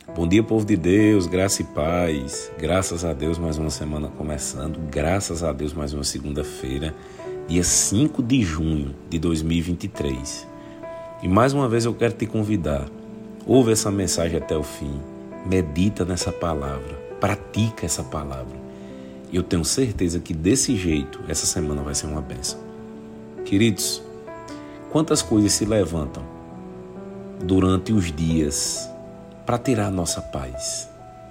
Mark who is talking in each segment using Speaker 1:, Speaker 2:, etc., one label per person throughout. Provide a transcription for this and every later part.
Speaker 1: Bom dia, povo de Deus, graça e paz. Graças a Deus, mais uma semana começando. Graças a Deus, mais uma segunda-feira, dia 5 de junho de 2023. E mais uma vez eu quero te convidar. Ouve essa mensagem até o fim. Medita nessa palavra. Pratica essa palavra. E eu tenho certeza que desse jeito, essa semana vai ser uma bênção. Queridos, quantas coisas se levantam durante os dias para tirar a nossa paz.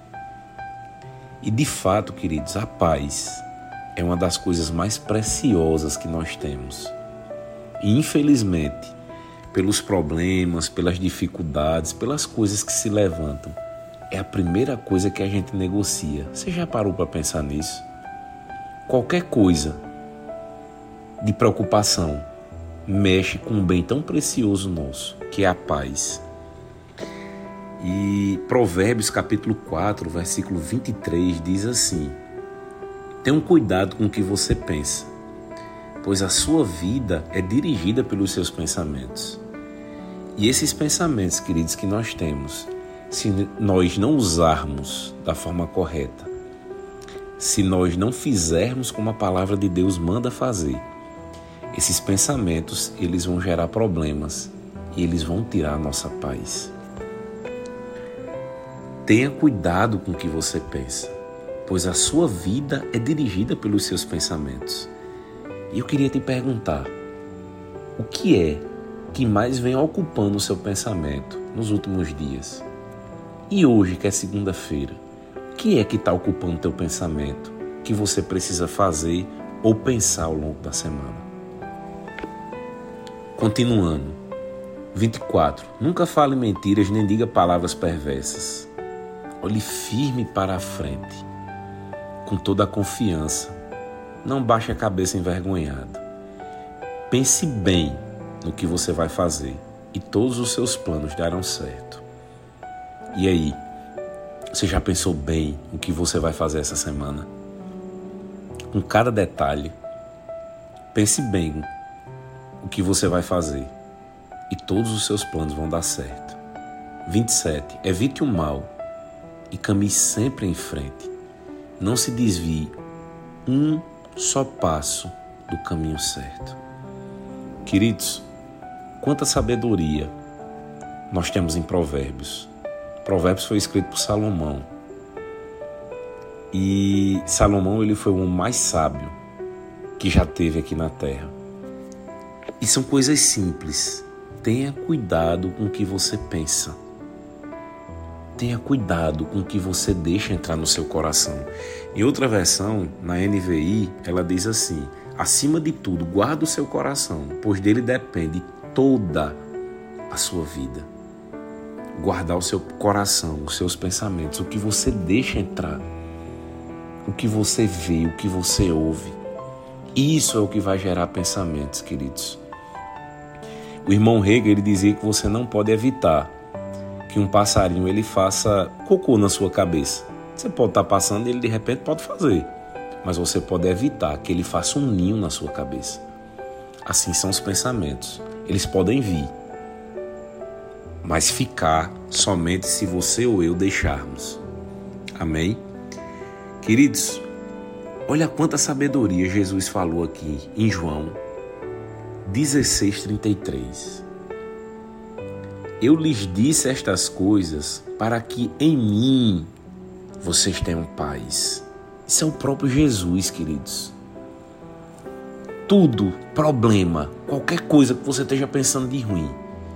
Speaker 1: E de fato, queridos, a paz é uma das coisas mais preciosas que nós temos. E infelizmente, pelos problemas, pelas dificuldades, pelas coisas que se levantam, é a primeira coisa que a gente negocia. Você já parou para pensar nisso? Qualquer coisa de preocupação mexe com um bem tão precioso nosso, que é a paz. E Provérbios capítulo 4, versículo 23 diz assim: tenham cuidado com o que você pensa, pois a sua vida é dirigida pelos seus pensamentos. E esses pensamentos, queridos, que nós temos, se nós não usarmos da forma correta, se nós não fizermos como a palavra de Deus manda fazer, esses pensamentos, eles vão gerar problemas e eles vão tirar a nossa paz. Tenha cuidado com o que você pensa, pois a sua vida é dirigida pelos seus pensamentos. E eu queria te perguntar, o que é que mais vem ocupando o seu pensamento nos últimos dias? E hoje, que é segunda-feira, o que é que está ocupando o teu pensamento que você precisa fazer ou pensar ao longo da semana? Continuando, 24. Nunca fale mentiras nem diga palavras perversas. Olhe firme para a frente, com toda a confiança. Não baixe a cabeça envergonhado. Pense bem no que você vai fazer e todos os seus planos darão certo. E aí, você já pensou bem o que você vai fazer essa semana? Com cada detalhe, pense bem o que você vai fazer e todos os seus planos vão dar certo. 27. Evite o mal e caminhe sempre em frente. Não se desvie um só passo do caminho certo. Queridos, quanta sabedoria nós temos em Provérbios. Provérbios foi escrito por Salomão. E Salomão, ele foi o homem mais sábio que já teve aqui na terra. E são coisas simples. Tenha cuidado com o que você pensa. Tenha cuidado com o que você deixa entrar no seu coração. Em outra versão, na NVI, ela diz assim: acima de tudo, guarda o seu coração, pois dele depende toda a sua vida. Guardar o seu coração, os seus pensamentos, o que você deixa entrar, o que você vê, o que você ouve. Isso é o que vai gerar pensamentos, queridos. O irmão Hegel, ele dizia que você não pode evitar que um passarinho ele faça cocô na sua cabeça. Você pode estar passando e ele de repente pode fazer, mas você pode evitar que ele faça um ninho na sua cabeça. Assim são os pensamentos. Eles podem vir, mas ficar somente se você ou eu deixarmos. Amém? Queridos, olha quanta sabedoria Jesus falou aqui em João 16:33. Eu lhes disse estas coisas para que em mim vocês tenham paz. Isso é o próprio Jesus, queridos. Tudo, problema, qualquer coisa que você esteja pensando de ruim,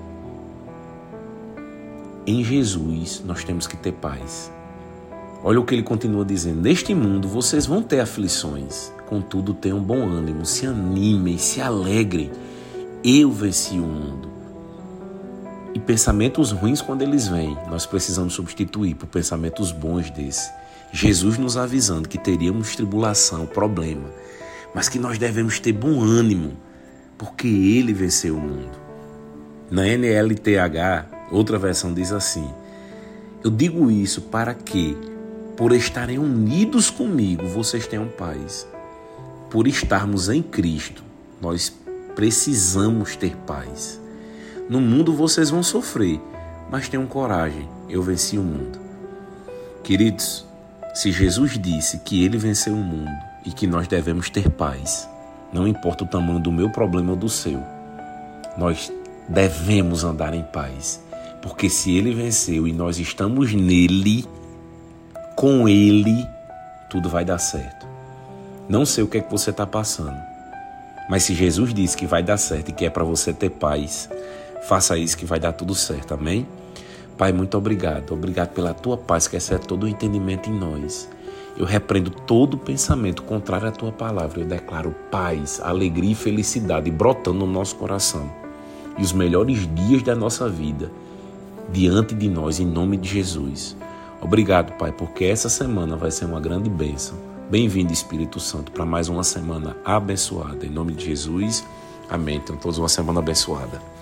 Speaker 1: em Jesus nós temos que ter paz. Olha o que ele continua dizendo: neste mundo vocês vão ter aflições, contudo tenham bom ânimo, se animem, se alegrem. Eu venci o mundo. E pensamentos ruins, quando eles vêm, nós precisamos substituir por pensamentos bons desse. Jesus nos avisando que teríamos tribulação, problema, mas que nós devemos ter bom ânimo, porque Ele venceu o mundo. Na NLTH, outra versão diz assim: eu digo isso para que, por estarem unidos comigo, vocês tenham paz. Por estarmos em Cristo, nós precisamos ter paz. No mundo vocês vão sofrer, mas tenham coragem, eu venci o mundo. Queridos, se Jesus disse que ele venceu o mundo e que nós devemos ter paz, não importa o tamanho do meu problema ou do seu, nós devemos andar em paz. Porque se ele venceu e nós estamos nele, com ele, tudo vai dar certo. Não sei o que é que você está passando, mas se Jesus disse que vai dar certo e que é para você ter paz, faça isso que vai dar tudo certo, amém? Pai, muito obrigado. Obrigado pela tua paz que excede todo o entendimento em nós. Eu repreendo todo pensamento contrário à tua palavra. Eu declaro paz, alegria e felicidade brotando no nosso coração. E os melhores dias da nossa vida diante de nós, em nome de Jesus. Obrigado, Pai, porque essa semana vai ser uma grande bênção. Bem-vindo, Espírito Santo, para mais uma semana abençoada. Em nome de Jesus, amém. Tenham todos uma semana abençoada.